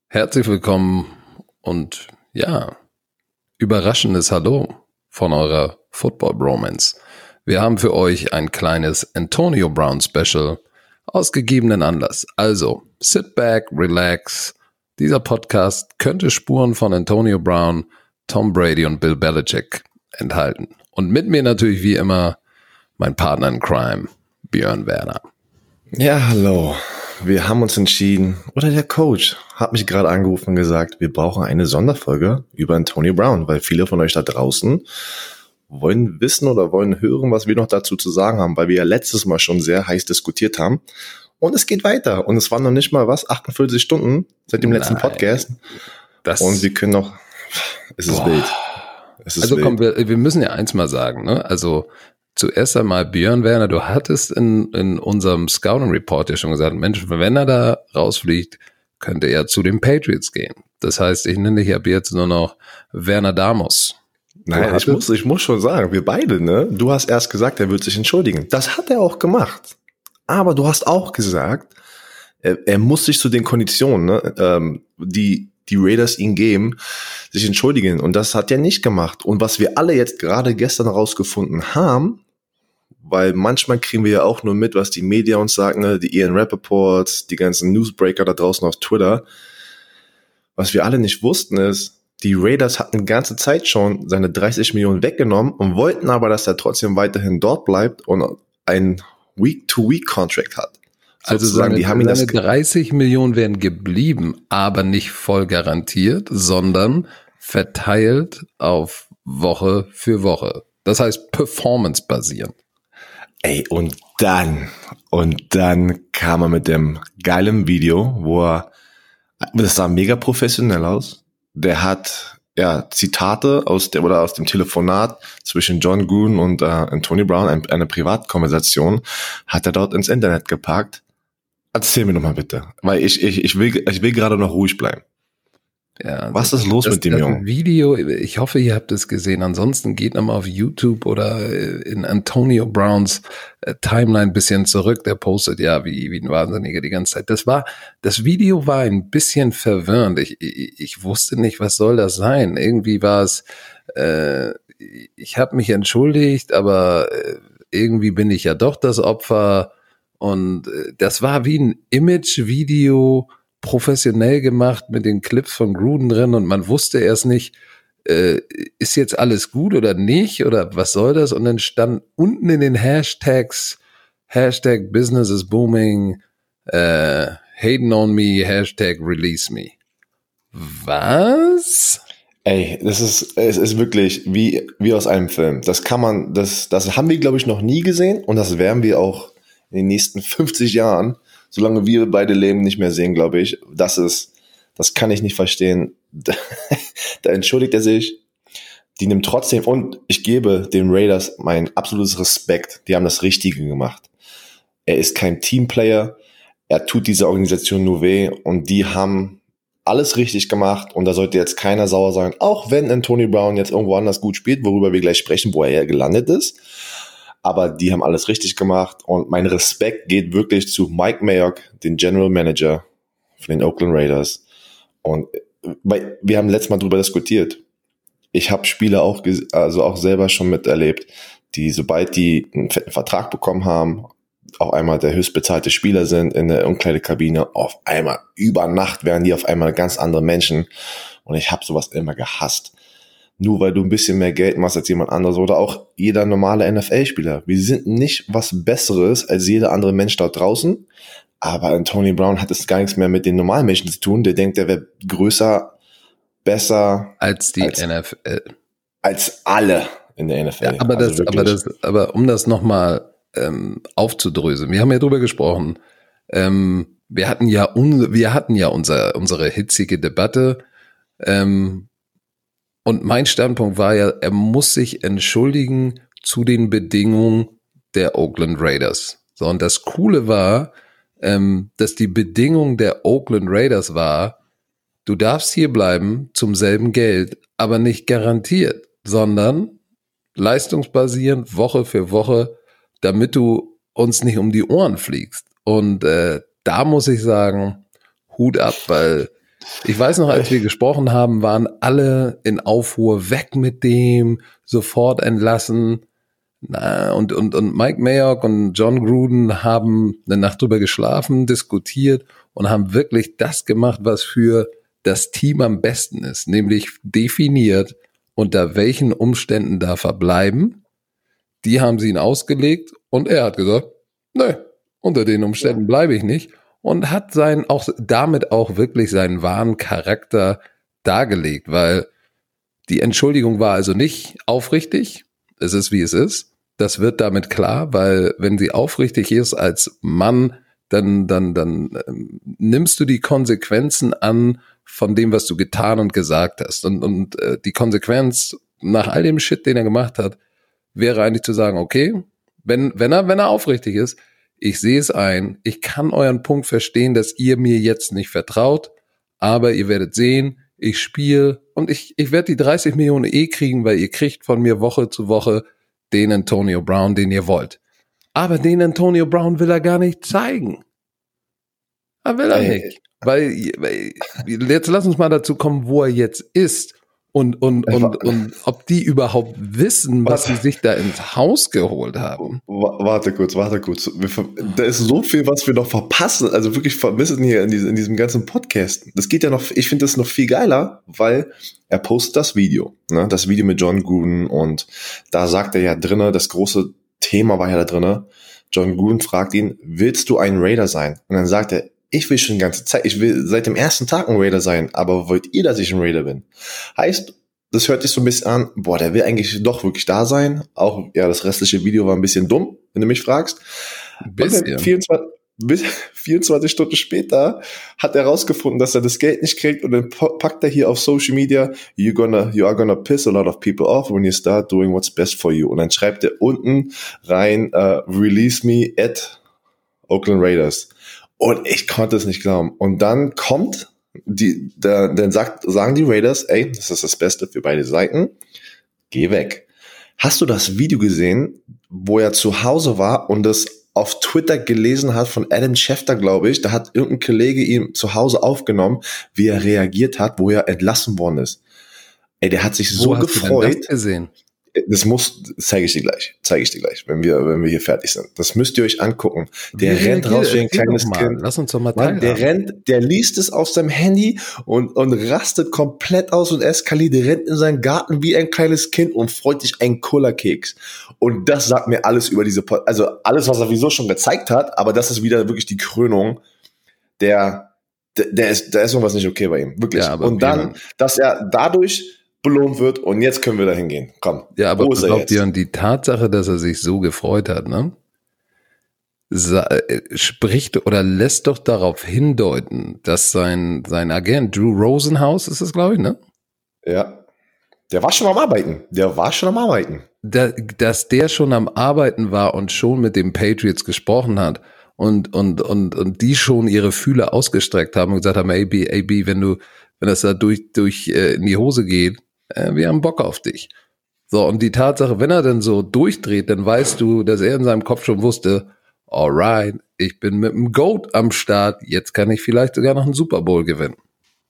Herzlich willkommen und ja, überraschendes Hallo von eurer Football Bromance. Wir haben für euch ein kleines Antonio Brown Special aus gegebenen Anlass. Also, sit back, relax. Dieser Podcast könnte Spuren von Antonio Brown, Tom Brady und Bill Belichick enthalten. Und mit mir natürlich wie immer mein Partner in Crime, Björn Werner. Ja, hallo. Wir haben uns entschieden, oder der Coach hat mich gerade angerufen und gesagt, wir brauchen eine Sonderfolge über Antonio Brown, weil viele von euch da draußen wollen wissen oder wollen hören, was wir noch dazu zu sagen haben, weil wir ja letztes Mal schon sehr heiß diskutiert haben. Und es geht weiter. Und es waren noch nicht mal 48 Stunden seit dem letzten Podcast. Und wir können noch, es ist wild. Es ist also wild. komm, wir müssen ja eins mal sagen, ne? Also zuerst einmal, Björn Werner, du hattest in unserem Scouting Report ja schon gesagt, Mensch, wenn er da rausfliegt, könnte er zu den Patriots gehen. Das heißt, ich nenne dich ab jetzt nur noch Werner Damus. Nein, ich muss schon sagen, wir beide, ne? Du hast erst gesagt, er wird sich entschuldigen. Das hat er auch gemacht. Aber du hast auch gesagt, er muss sich zu den Konditionen, ne, die Raiders ihm geben, sich entschuldigen. Und das hat er nicht gemacht. Und was wir alle jetzt gerade gestern rausgefunden haben, weil manchmal kriegen wir ja auch nur mit, was die Medien uns sagen, ne? Die Ian Rapoport, die ganzen Newsbreaker da draußen auf Twitter. Was wir alle nicht wussten ist, die Raiders hatten die ganze Zeit schon seine 30 Millionen weggenommen und wollten aber, dass er trotzdem weiterhin dort bleibt und ein Week-to-Week-Contract hat. Also seine 30 Millionen wären geblieben, aber nicht voll garantiert, sondern verteilt auf Woche für Woche. Das heißt performance-basierend. Ey, und dann kam er mit dem geilen Video, das sah mega professionell aus. Der hat Zitate aus dem Telefonat zwischen John Gruden und Antonio Brown, eine Privatkonversation, hat er dort ins Internet gepackt. Erzähl mir noch mal bitte, weil ich will gerade noch ruhig bleiben. Ja, was ist los mit dem Jungen? Video, ich hoffe, ihr habt es gesehen. Ansonsten geht nochmal auf YouTube oder in Antonio Browns Timeline ein bisschen zurück. Der postet ja wie ein Wahnsinniger die ganze Zeit. Das Video war ein bisschen verwirrend. Ich wusste nicht, was soll das sein. Irgendwie war es, ich habe mich entschuldigt, aber irgendwie bin ich ja doch das Opfer. Und das war wie ein Image-Video, professionell gemacht mit den Clips von Gruden drin und man wusste erst nicht, ist jetzt alles gut oder nicht oder was soll das? Und dann stand unten in den Hashtags Hashtag Business is booming, hating on me, Hashtag release me. Was? Ey, es ist wirklich wie aus einem Film. Das haben wir, glaube ich, noch nie gesehen und das werden wir auch in den nächsten 50 Jahren, solange wir beide leben, nicht mehr sehen, glaube ich. Das kann ich nicht verstehen. Da entschuldigt er sich. Die nimmt trotzdem, und ich gebe den Raiders mein absolutes Respekt. Die haben das Richtige gemacht. Er ist kein Teamplayer. Er tut dieser Organisation nur weh und die haben alles richtig gemacht und da sollte jetzt keiner sauer sein, auch wenn Antonio Brown jetzt irgendwo anders gut spielt, worüber wir gleich sprechen, wo er gelandet ist. Aber die haben alles richtig gemacht und mein Respekt geht wirklich zu Mike Mayock, den General Manager von den Oakland Raiders. Und wir haben letztes Mal drüber diskutiert. Ich habe Spieler auch selber schon miterlebt, die, sobald die einen fetten Vertrag bekommen haben, auf einmal der höchstbezahlte Spieler sind in der Umkleidekabine, auf einmal über Nacht werden die auf einmal ganz andere Menschen. Und ich habe sowas immer gehasst. Nur weil du ein bisschen mehr Geld machst als jemand anderes oder auch jeder normale NFL-Spieler. Wir sind nicht was Besseres als jeder andere Mensch dort draußen, aber Antonio Brown hat es gar nichts mehr mit den normalen Menschen zu tun. Der denkt, der wäre größer, besser als die NFL. Als alle in der NFL. Ja, aber um das nochmal aufzudröseln, wir haben ja drüber gesprochen, wir hatten ja unsere hitzige Debatte, und mein Standpunkt war ja, er muss sich entschuldigen zu den Bedingungen der Oakland Raiders. So, und das Coole war, dass die Bedingung der Oakland Raiders war, du darfst hier bleiben zum selben Geld, aber nicht garantiert, sondern leistungsbasierend Woche für Woche, damit du uns nicht um die Ohren fliegst. Und da muss ich sagen, Hut ab, weil Ich weiß noch, als wir gesprochen haben, waren alle in Aufruhr, weg mit dem, sofort entlassen. Und Mike Mayock und John Gruden haben eine Nacht drüber geschlafen, diskutiert und haben wirklich das gemacht, was für das Team am besten ist, nämlich definiert, unter welchen Umständen darf er bleiben. Die haben sie ihn ausgelegt und er hat gesagt, nee, unter den Umständen bleibe ich nicht und hat damit auch wirklich seinen wahren Charakter dargelegt, weil die Entschuldigung war also nicht aufrichtig, es ist wie es ist. Das wird damit klar, weil wenn sie aufrichtig ist als Mann, dann nimmst du die Konsequenzen an von dem, was du getan und gesagt hast. Und die Konsequenz nach all dem Shit, den er gemacht hat, wäre eigentlich zu sagen, okay, wenn er aufrichtig ist, ich sehe es ein, ich kann euren Punkt verstehen, dass ihr mir jetzt nicht vertraut, aber ihr werdet sehen, ich spiele und ich werde die 30 Millionen kriegen, weil ihr kriegt von mir Woche zu Woche den Antonio Brown, den ihr wollt. Aber den Antonio Brown will er gar nicht zeigen. Er will er nicht. Weil jetzt lass uns mal dazu kommen, wo er jetzt ist und ob die überhaupt wissen, was sie sich da ins Haus geholt haben. Warte kurz. Da ist so viel, was wir noch verpassen, also wirklich vermissen hier in diesem ganzen Podcast. Das geht ja noch, ich finde das noch viel geiler, weil er postet das Video, ne? Das Video mit John Gruden und da sagt er ja drinne, das große Thema war ja da drinne, John Gruden fragt ihn, willst du ein Raider sein? Und dann sagt er, ich will schon die ganze Zeit, ich will seit dem ersten Tag ein Raider sein, aber wollt ihr, dass ich ein Raider bin? Heißt, das hört sich so ein bisschen an, boah, der will eigentlich doch wirklich da sein. Auch, ja, das restliche Video war ein bisschen dumm, wenn du mich fragst. Bisschen. 24 Stunden später hat er rausgefunden, dass er das Geld nicht kriegt und dann packt er hier auf Social Media, you are gonna piss a lot of people off when you start doing what's best for you. Und dann schreibt er unten rein, release me at Oakland Raiders. Und ich konnte es nicht glauben. Und dann kommt sagen die Raiders, ey, das ist das Beste für beide Seiten, geh weg. Hast du das Video gesehen, wo er zu Hause war und das auf Twitter gelesen hat von Adam Schefter, glaube ich, da hat irgendein Kollege ihm zu Hause aufgenommen, wie er reagiert hat, wo er entlassen worden ist. Ey, der hat sich so gefreut. Du denn das gesehen? Zeige ich dir gleich, wenn wir hier fertig sind. Das müsst ihr euch angucken. Der rennt raus wie ein kleines Kind. Lass uns doch mal teilhaben. Der liest es auf seinem Handy und rastet komplett aus und eskaliert. Der rennt in seinen Garten wie ein kleines Kind und freut sich einen Cola-Keks. Und das sagt mir alles über also alles, was er sowieso schon gezeigt hat, aber das ist wieder wirklich die Krönung. Da ist irgendwas nicht okay bei ihm. Wirklich. Ja, und dann, dass er dadurch belohnt wird und jetzt können wir da hingehen. Komm. Ja, aber glaubt ihr an die Tatsache, dass er sich so gefreut hat, ne? Spricht oder lässt doch darauf hindeuten, dass sein Agent Drew Rosenhaus ist es, glaube ich, ne? Ja. Der war schon am Arbeiten. Dass der schon am Arbeiten war und schon mit den Patriots gesprochen hat und die schon ihre Fühler ausgestreckt haben und gesagt haben, AB, wenn das da durch in die Hose geht, wir haben Bock auf dich. So, und die Tatsache, wenn er dann so durchdreht, dann weißt du, dass er in seinem Kopf schon wusste, alright, ich bin mit dem GOAT am Start, jetzt kann ich vielleicht sogar noch einen Super Bowl gewinnen.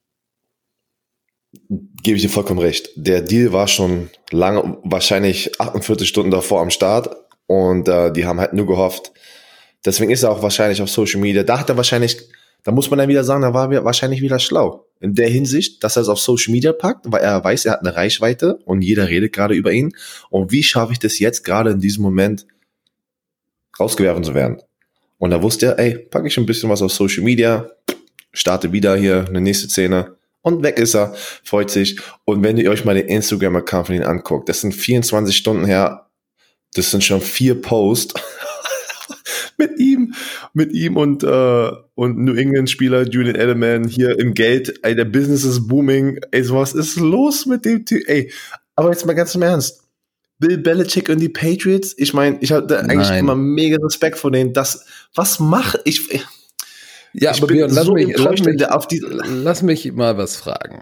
Gebe ich dir vollkommen recht. Der Deal war schon lange, wahrscheinlich 48 Stunden davor am Start und die haben halt nur gehofft. Deswegen ist er auch wahrscheinlich auf Social Media. Da muss man dann wieder sagen, da war er wahrscheinlich wieder schlau. In der Hinsicht, dass er es auf Social Media packt, weil er weiß, er hat eine Reichweite und jeder redet gerade über ihn. Und wie schaffe ich das jetzt gerade in diesem Moment rausgeworfen zu werden? Und da wusste er, ey, packe ich ein bisschen was auf Social Media, starte wieder hier eine nächste Szene und weg ist er, freut sich. Und wenn ihr euch mal den Instagram-Account von ihm anguckt, das sind 24 Stunden her, das sind schon 4 Posts mit ihm und New England Spieler Julian Edelman hier im Geld, ey, der Business ist booming, ey, was ist los mit dem Typ, ey, aber jetzt mal ganz im Ernst, Bill Belichick und die Patriots, ich meine, ich habe da eigentlich immer mega Respekt vor denen, was mache ich? Ja, aber Björn, lass mich mal was fragen.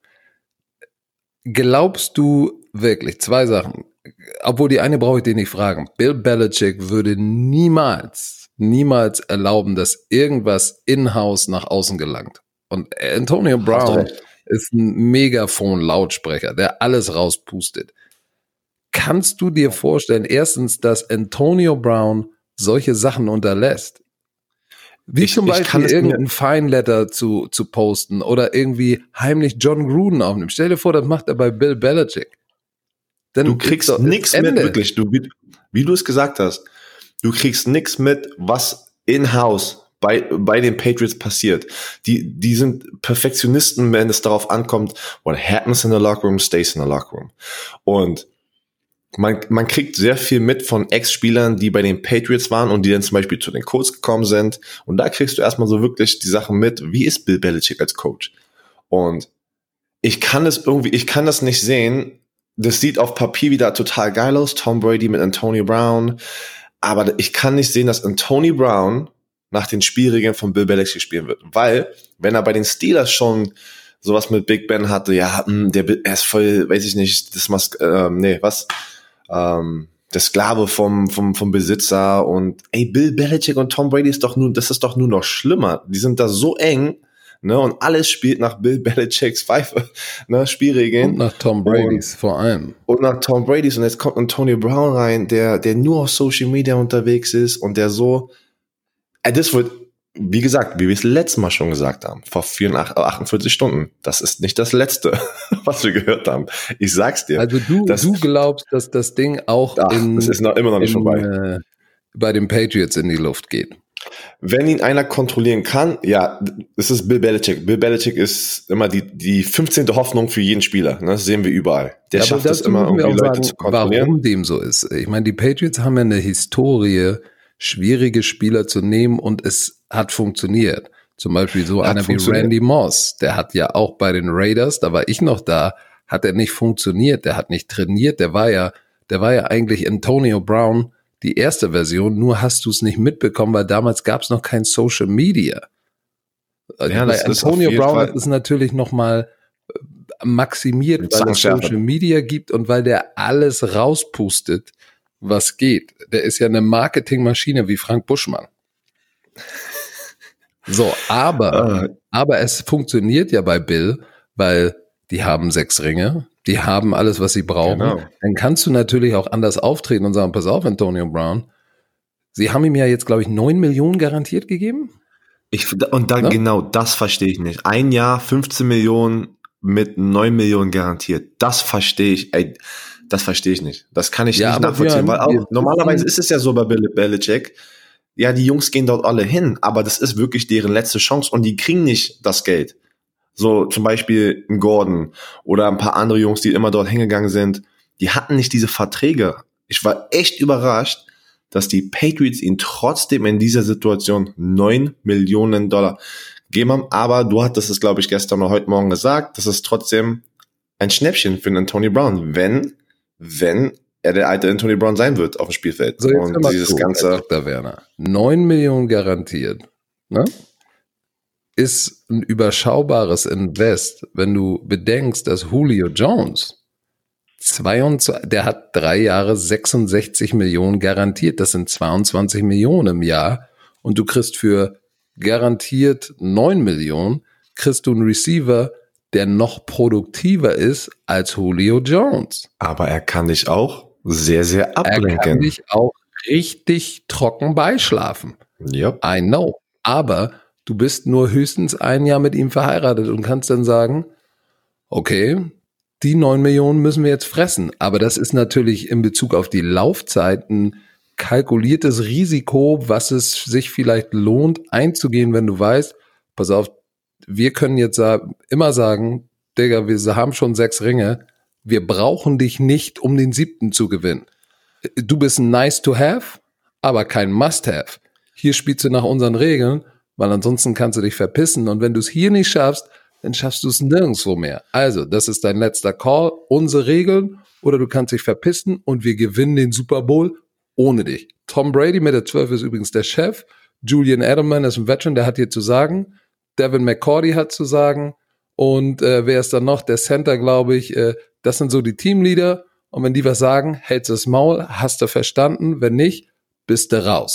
Glaubst du wirklich, 2 Sachen, obwohl die eine brauche ich dir nicht fragen. Bill Belichick würde niemals erlauben, dass irgendwas in-house nach außen gelangt. Und Antonio Hast du Brown recht. ist ein Megafon-Lautsprecher, der alles rauspustet. Kannst du dir vorstellen, erstens, dass Antonio Brown solche Sachen unterlässt? Wie zum Ich kann Beispiel es mir, irgendein Fine-Letter zu posten oder irgendwie heimlich John Gruden aufnehmen. Stell dir vor, das macht er bei Bill Belichick. Dann du kriegst nichts mit, wirklich. Wie du es gesagt hast, du kriegst nichts mit, was in-house bei den Patriots passiert. Die sind Perfektionisten, wenn es darauf ankommt, what happens in the locker room stays in the locker room. Und man kriegt sehr viel mit von Ex-Spielern, die bei den Patriots waren und die dann zum Beispiel zu den Colts gekommen sind. Und da kriegst du erstmal so wirklich die Sachen mit, wie ist Bill Belichick als Coach? Und ich kann das nicht sehen. Das sieht auf Papier wieder total geil aus, Tom Brady mit Antonio Brown. Aber ich kann nicht sehen, dass Antonio Brown nach den Spielregeln von Bill Belichick spielen wird. Weil, wenn er bei den Steelers schon sowas mit Big Ben hatte, ja, er ist voll, weiß ich nicht, der Sklave vom Besitzer und Bill Belichick und Tom Brady das ist doch nur noch schlimmer. Die sind da so eng, ne, und alles spielt nach Bill Belichicks Pfeife, ne, Spielregeln. Und nach Tom Bradys vor allem. Und nach Tom Bradys und jetzt kommt Antonio Brown rein, der nur auf Social Media unterwegs ist und der so, das wird, wie gesagt, wie wir es letztes Mal schon gesagt haben, vor 48 Stunden. Das ist nicht das Letzte, was wir gehört haben. Ich sag's dir. Also du glaubst, dass das Ding auch es ist immer noch nicht vorbei. Bei den Patriots in die Luft geht. Wenn ihn einer kontrollieren kann, ja, es ist Bill Belichick. Bill Belichick ist immer die 15. Hoffnung für jeden Spieler. Ne? Das sehen wir überall. Der schafft es immer, irgendwie Leute zu kontrollieren. Warum dem so ist. Ich meine, die Patriots haben ja eine Historie, schwierige Spieler zu nehmen und es hat funktioniert. Zum Beispiel so einer wie Randy Moss, der hat ja auch bei den Raiders, da war ich noch da, hat er nicht funktioniert, der hat nicht trainiert, der war ja eigentlich Antonio Brown, die erste Version, nur hast du es nicht mitbekommen, weil damals gab es noch kein Social Media. Ja, bei Antonio Brown ist es natürlich nochmal maximiert, weil es Social Media gibt und weil der alles rauspustet, was geht. Der ist ja eine Marketingmaschine wie Frank Buschmann. So, aber es funktioniert ja bei Bill, weil die haben 6 Ringe, die haben alles, was sie brauchen. Genau. Dann kannst du natürlich auch anders auftreten und sagen, pass auf, Antonio Brown, sie haben ihm ja jetzt, glaube ich, 9 Millionen garantiert gegeben. Genau, das verstehe ich nicht. Ein Jahr, 15 Millionen mit 9 Millionen garantiert. Das verstehe ich, das verstehe ich nicht. Das kann ich nicht nachvollziehen, weil auch normalerweise ist es ja so bei Bill Belichick, ja, die Jungs gehen dort alle hin, aber das ist wirklich deren letzte Chance und die kriegen nicht das Geld. So zum Beispiel ein Gordon oder ein paar andere Jungs, die immer dort hingegangen sind, die hatten nicht diese Verträge. Ich war echt überrascht, dass die Patriots ihn trotzdem in dieser Situation 9 Millionen Dollar gegeben haben, aber du hattest es, glaube ich, gestern oder heute Morgen gesagt, das ist trotzdem ein Schnäppchen für den Antonio Brown, wenn er der alte Antonio Brown sein wird auf dem Spielfeld. So, jetzt und dieses ganze Dr. Werner, 9 Millionen garantiert, ne? Ist ein überschaubares Invest, wenn du bedenkst, dass Julio Jones der hat 3 Jahre 66 Millionen garantiert. Das sind 22 Millionen im Jahr. Und du kriegst für garantiert 9 Millionen, kriegst du einen Receiver, der noch produktiver ist als Julio Jones. Aber er kann dich auch sehr, sehr ablenken. Er kann dich auch richtig trocken beischlafen. Yep. I know. Aber du bist nur höchstens 1 Jahr mit ihm verheiratet und kannst dann sagen, okay, die 9 Millionen müssen wir jetzt fressen. Aber das ist natürlich in Bezug auf die Laufzeit ein kalkuliertes Risiko, was es sich vielleicht lohnt einzugehen, wenn du weißt, pass auf, wir können jetzt immer sagen, Digga, wir haben schon 6 Ringe, wir brauchen dich nicht, um den 7. zu gewinnen. Du bist ein nice to have, aber kein must have. Hier spielst du nach unseren Regeln, weil ansonsten kannst du dich verpissen und wenn du es hier nicht schaffst, dann schaffst du es nirgendwo mehr. Also, das ist dein letzter Call, unsere Regeln, oder du kannst dich verpissen und wir gewinnen den Super Bowl ohne dich. Tom Brady mit der 12 ist übrigens der Chef, Julian Edelman ist ein Veteran, der hat hier zu sagen, Devin McCourty hat zu sagen und wer ist dann noch? Der Center, glaube ich, das sind so die Teamleader und wenn die was sagen, hältst du das Maul, hast du verstanden, wenn nicht, bist du raus.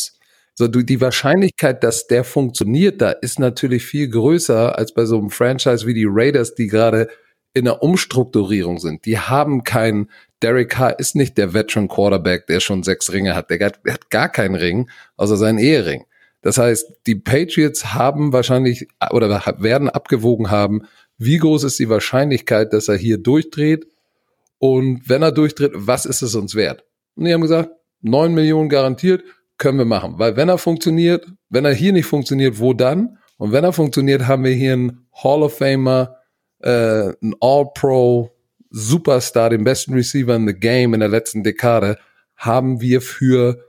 So, die Wahrscheinlichkeit, dass der funktioniert, da ist natürlich viel größer als bei so einem Franchise wie die Raiders, die gerade in der Umstrukturierung sind. Die haben keinen, Derek Carr ist nicht der Veteran Quarterback, der schon 6 Ringe hat. Der hat gar keinen Ring, außer seinen Ehering. Das heißt, die Patriots haben wahrscheinlich oder werden abgewogen haben, wie groß ist die Wahrscheinlichkeit, dass er hier durchdreht, und wenn er durchdreht, was ist es uns wert? Und die haben gesagt, 9 Millionen garantiert, können wir machen. Weil wenn er funktioniert, wenn er hier nicht funktioniert, wo dann? Und wenn er funktioniert, haben wir hier einen Hall of Famer, einen All-Pro, Superstar, den besten Receiver in the Game in der letzten Dekade, haben wir für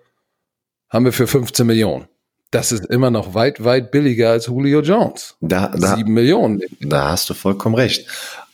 15 Millionen. Das ist immer noch weit, weit billiger als Julio Jones. 7 Millionen. Da hast du vollkommen recht.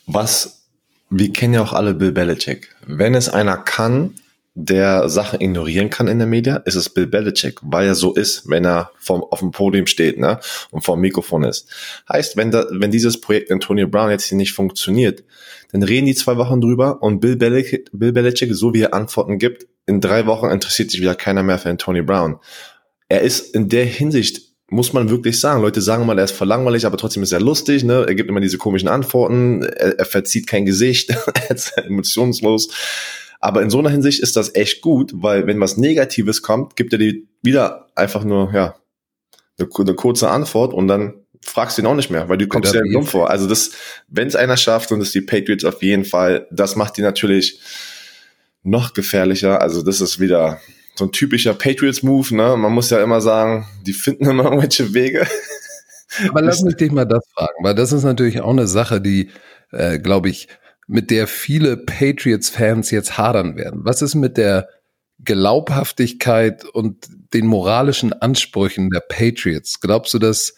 Wir kennen ja auch alle Bill Belichick. Wenn es einer kann, der Sachen ignorieren kann in der Media, ist es Bill Belichick, weil er so ist, wenn er auf dem Podium steht, ne, und vor dem Mikrofon ist. Heißt, wenn dieses Projekt Antonio Brown jetzt hier nicht funktioniert, dann reden die 2 Wochen drüber und Bill Belichick, so wie er Antworten gibt, in 3 Wochen interessiert sich wieder keiner mehr für Antonio Brown. Er ist in der Hinsicht, muss man wirklich sagen, Leute sagen mal, er ist voll langweilig, aber trotzdem ist er lustig, ne? Er gibt immer diese komischen Antworten, er verzieht kein Gesicht, er ist emotionslos. Aber in so einer Hinsicht ist das echt gut, weil wenn was Negatives kommt, gibt er dir wieder einfach nur, ja, eine kurze Antwort und dann fragst du ihn auch nicht mehr, weil du kommst ja dumm vor. Also wenn es einer schafft, und das die Patriots auf jeden Fall, das macht die natürlich noch gefährlicher. Also das ist wieder so ein typischer Patriots-Move, ne? Man muss ja immer sagen, die finden immer irgendwelche Wege. Aber lass mich dich mal das fragen, weil das ist natürlich auch eine Sache, die, glaube ich, mit der viele Patriots-Fans jetzt hadern werden. Was ist mit der Glaubhaftigkeit und den moralischen Ansprüchen der Patriots? Glaubst du, dass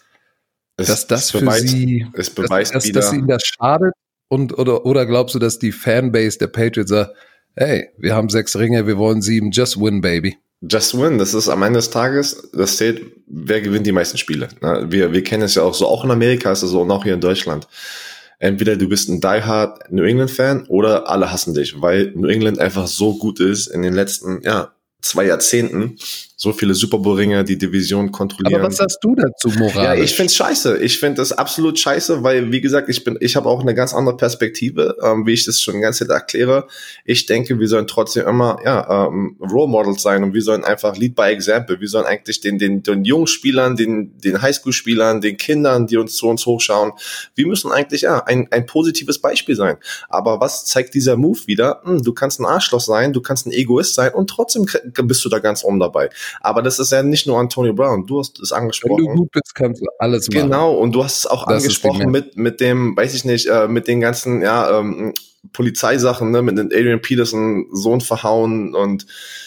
das für sie, dass ihnen das schadet? Oder glaubst du, dass die Fanbase der Patriots sagt, hey, wir haben 6 Ringe, wir wollen 7, just win, baby. Just win, das ist am Ende des Tages, das zählt, wer gewinnt die meisten Spiele. Wir kennen es ja auch so, auch in Amerika ist es so und auch hier in Deutschland. Entweder du bist ein Die-Hard New England-Fan oder alle hassen dich, weil New England einfach so gut ist in den letzten 2 Jahrzehnten. So viele Super Bowl-Ringe, die Division kontrollieren. Aber was sagst du dazu moralisch? Ja, ich find's scheiße. Ich find das absolut scheiße, weil, wie gesagt, ich habe auch eine ganz andere Perspektive, wie ich das schon die ganze Zeit erkläre. Ich denke, wir sollen trotzdem immer, Role Models sein und wir sollen einfach Lead by Example. Wir sollen eigentlich den jungen Spielern, den Highschool-Spielern, den Kindern, die zu uns hochschauen, wir müssen eigentlich, ein positives Beispiel sein. Aber was zeigt dieser Move wieder? Du kannst ein Arschloch sein, du kannst ein Egoist sein und trotzdem bist du da ganz oben dabei. Aber das ist ja nicht nur Antonio Brown. Du hast es angesprochen. Wenn du gut bist, kannst du alles machen. Genau, und du hast es auch angesprochen mit dem, weiß ich nicht, mit den ganzen Polizeisachen, ne, mit den Adrian Peterson, Sohn verhauen und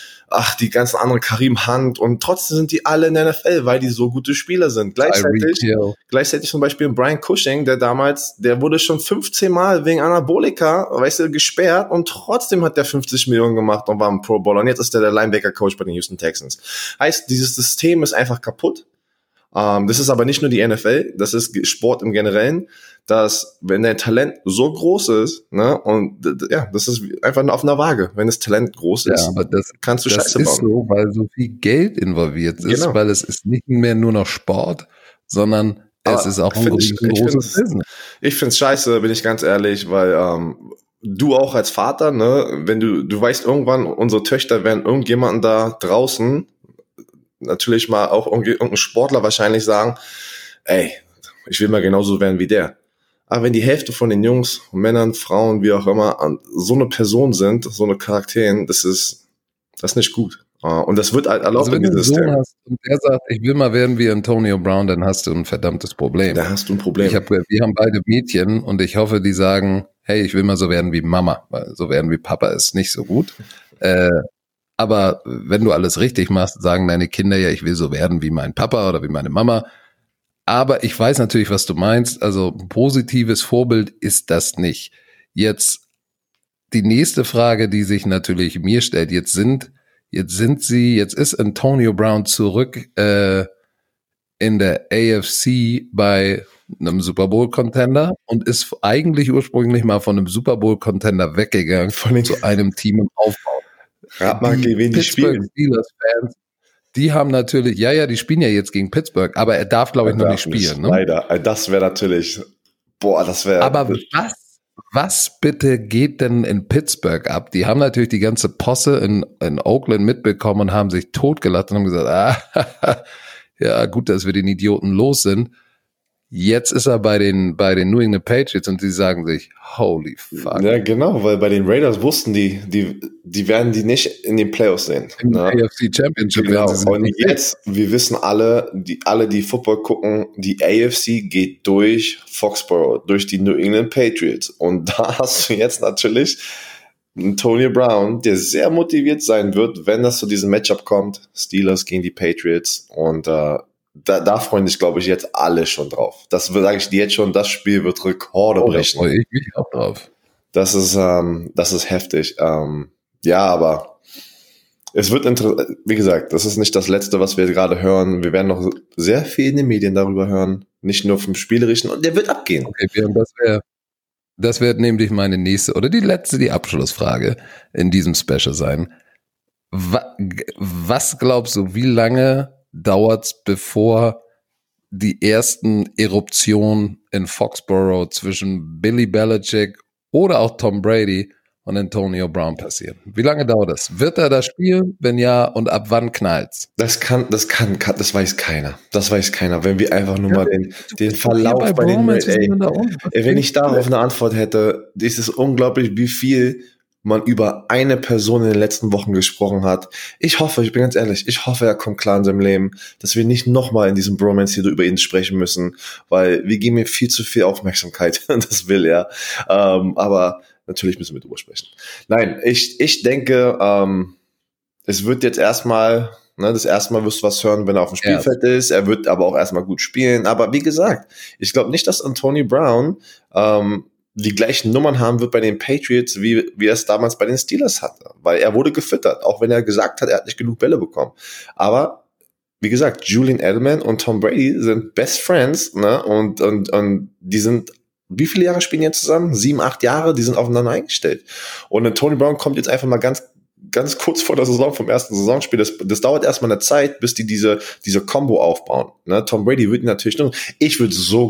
die ganzen anderen, Kareem Hunt, und trotzdem sind die alle in der NFL, weil die so gute Spieler sind. Gleichzeitig zum Beispiel Brian Cushing, der wurde schon 15 Mal wegen Anabolika, gesperrt, und trotzdem hat der 50 Millionen gemacht und war ein Pro Bowler, und jetzt ist der Linebacker-Coach bei den Houston Texans. Heißt, dieses System ist einfach kaputt. Das ist aber nicht nur die NFL, das ist Sport im Generellen, dass, wenn dein Talent so groß ist, ne, und das ist einfach auf einer Waage, wenn das Talent groß ist, aber kannst du Scheiße bauen. Das ist so, weil so viel Geld involviert ist, weil es ist nicht mehr nur noch Sport, sondern es ist auch ein großes Business. Ich find's scheiße, bin ich ganz ehrlich, weil du auch als Vater, ne, wenn du weißt, irgendwann unsere Töchter werden irgendjemanden da draußen, natürlich mal auch irgendein Sportler wahrscheinlich sagen, ey, ich will mal genauso werden wie der. Aber wenn die Hälfte von den Jungs, Männern, Frauen, wie auch immer, so eine Person sind, so eine Charakterin, das ist nicht gut. Und das wird halt erlaubt in diesem System. Wenn du einen Sohn hast und der sagt, ich will mal werden wie Antonio Brown, dann hast du ein verdammtes Problem. Da hast du ein Problem. Wir haben beide Mädchen und ich hoffe, die sagen, hey, ich will mal so werden wie Mama, weil so werden wie Papa ist nicht so gut. Aber wenn du alles richtig machst, sagen deine Kinder ja, ich will so werden wie mein Papa oder wie meine Mama. Aber ich weiß natürlich, was du meinst. Also ein positives Vorbild ist das nicht. Jetzt die nächste Frage, die sich natürlich mir stellt. Jetzt ist Antonio Brown zurück in der AFC bei einem Super Bowl Contender und ist eigentlich ursprünglich mal von einem Super Bowl Contender weggegangen zu einem Team im Aufbau. Rat mal, wen die spielen. die haben natürlich, die spielen ja jetzt gegen Pittsburgh, aber er darf, glaube ich, noch nicht spielen. Ne? Leider. Das wäre natürlich, Aber was bitte geht denn in Pittsburgh ab? Die haben natürlich die ganze Posse in Oakland mitbekommen und haben sich totgelacht und haben gesagt, ja, gut, dass wir den Idioten los sind. Jetzt ist er bei den New England Patriots und die sagen sich, holy fuck. Ja, genau, weil bei den Raiders wussten die werden die nicht in den Playoffs sehen. Im AFC Championship. Genau. Und jetzt, wir wissen alle, die Football gucken, die AFC geht durch Foxborough, durch die New England Patriots. Und da hast du jetzt natürlich einen Antonio Brown, der sehr motiviert sein wird, wenn das zu diesem Matchup kommt. Steelers gegen die Patriots. Und da freuen sich, glaube ich, jetzt alle schon drauf. Das sage ich dir jetzt schon, das Spiel wird Rekorde brechen. Da freue ich mich auch drauf. Das ist heftig. Ja, aber es wird interessant. Wie gesagt, das ist nicht das Letzte, was wir gerade hören. Wir werden noch sehr viel in den Medien darüber hören. Nicht nur vom Spielerischen. Und der wird abgehen. Okay, das wird nämlich meine nächste oder die Abschlussfrage in diesem Special sein. Was glaubst du, wie lange dauert's, bevor die ersten Eruptionen in Foxborough zwischen Billy Belichick oder auch Tom Brady und Antonio Brown passieren? Wie lange dauert das? Wird er das spielen? Wenn ja, und ab wann knallt's? Das weiß keiner. Das weiß keiner. Wenn wir einfach nur mal den Verlauf bei den wenn ich darauf eine Antwort hätte, ist es unglaublich, wie viel man über eine Person in den letzten Wochen gesprochen hat. Ich bin ganz ehrlich, er kommt klar in seinem Leben, dass wir nicht nochmal in diesem Bromance hier über ihn sprechen müssen, weil wir geben ihm viel zu viel Aufmerksamkeit. Das will er. Aber natürlich müssen wir drüber sprechen. Nein, ich denke, es wird jetzt erstmal, das erste Mal wirst du was hören, wenn er auf dem Spielfeld ist. Er wird aber auch erstmal gut spielen. Aber wie gesagt, ich glaube nicht, dass Antonio Brown die gleichen Nummern haben wird bei den Patriots, wie er es damals bei den Steelers hatte. Weil er wurde gefüttert, auch wenn er gesagt hat, er hat nicht genug Bälle bekommen. Aber, wie gesagt, Julian Edelman und Tom Brady sind Best Friends, ne? Und die sind, wie viele Jahre spielen jetzt zusammen? 7, 8 Jahre, die sind aufeinander eingestellt. Und Tony Brown kommt jetzt einfach mal ganz kurz vor der Saison, vom ersten Saisonspiel. Das dauert erstmal eine Zeit, bis die diese Combo aufbauen. Ne? Tom Brady würde natürlich noch. Ich würde so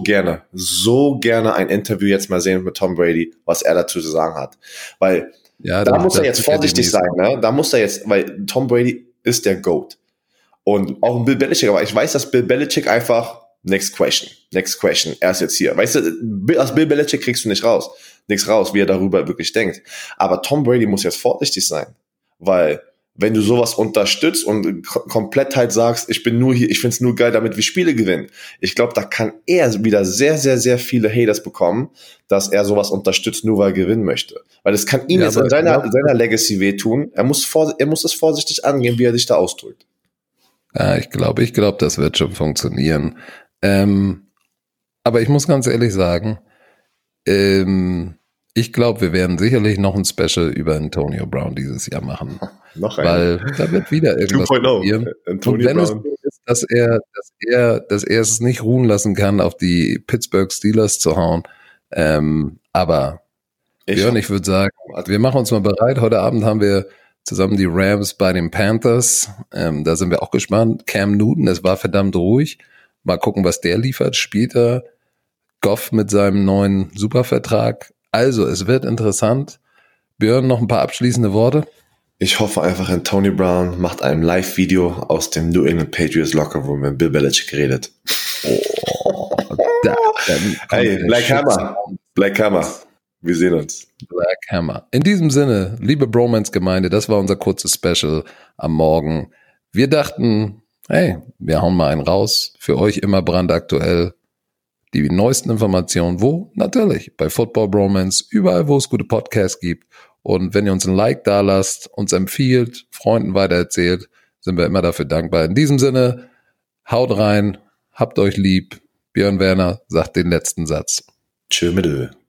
gerne ein Interview jetzt mal sehen mit Tom Brady, was er dazu zu sagen hat. Weil da muss er jetzt vorsichtig sein. Ne? Da muss er jetzt, weil Tom Brady ist der GOAT. Und auch ein Bill Belichick, aber ich weiß, dass Bill Belichick einfach Next question. Er ist jetzt hier. Weißt du, aus Bill Belichick kriegst du nichts raus, wie er darüber wirklich denkt. Aber Tom Brady muss jetzt vorsichtig sein. Weil, wenn du sowas unterstützt und komplett halt sagst, ich bin nur hier, ich find's nur geil, damit wir Spiele gewinnen. Ich glaube, da kann er wieder sehr, sehr, sehr viele Haters bekommen, dass er sowas unterstützt, nur weil er gewinnen möchte. Weil es kann ihm jetzt an seiner Legacy wehtun. Er muss es vorsichtig angehen, wie er sich da ausdrückt. Ja, ich glaube, das wird schon funktionieren. Aber ich muss ganz ehrlich sagen, ich glaube, wir werden sicherlich noch ein Special über Antonio Brown dieses Jahr machen. Noch weil da wird wieder irgendwas passieren. Und wenn es so ist, dass er es nicht ruhen lassen kann, auf die Pittsburgh Steelers zu hauen. Aber Björn, ich würde sagen, wir machen uns mal bereit. Heute Abend haben wir zusammen die Rams bei den Panthers. Da sind wir auch gespannt. Cam Newton, es war verdammt ruhig. Mal gucken, was der liefert. Spielt er Goff mit seinem neuen Supervertrag. Also, es wird interessant. Björn, noch ein paar abschließende Worte? Ich hoffe einfach, Antonio Brown macht ein Live-Video aus dem New England Patriots Lockerroom, wenn Bill Belichick redet. Hey, Black Hammer. Wir sehen uns. Black Hammer. In diesem Sinne, liebe Bromance-Gemeinde, das war unser kurzes Special am Morgen. Wir dachten, hey, wir hauen mal einen raus. Für euch immer brandaktuell. Die neuesten Informationen, wo? Natürlich, bei Football Bromance, überall, wo es gute Podcasts gibt. Und wenn ihr uns ein Like da lasst, uns empfiehlt, Freunden weitererzählt, sind wir immer dafür dankbar. In diesem Sinne, haut rein, habt euch lieb. Björn Werner sagt den letzten Satz. Tschö mit Ö.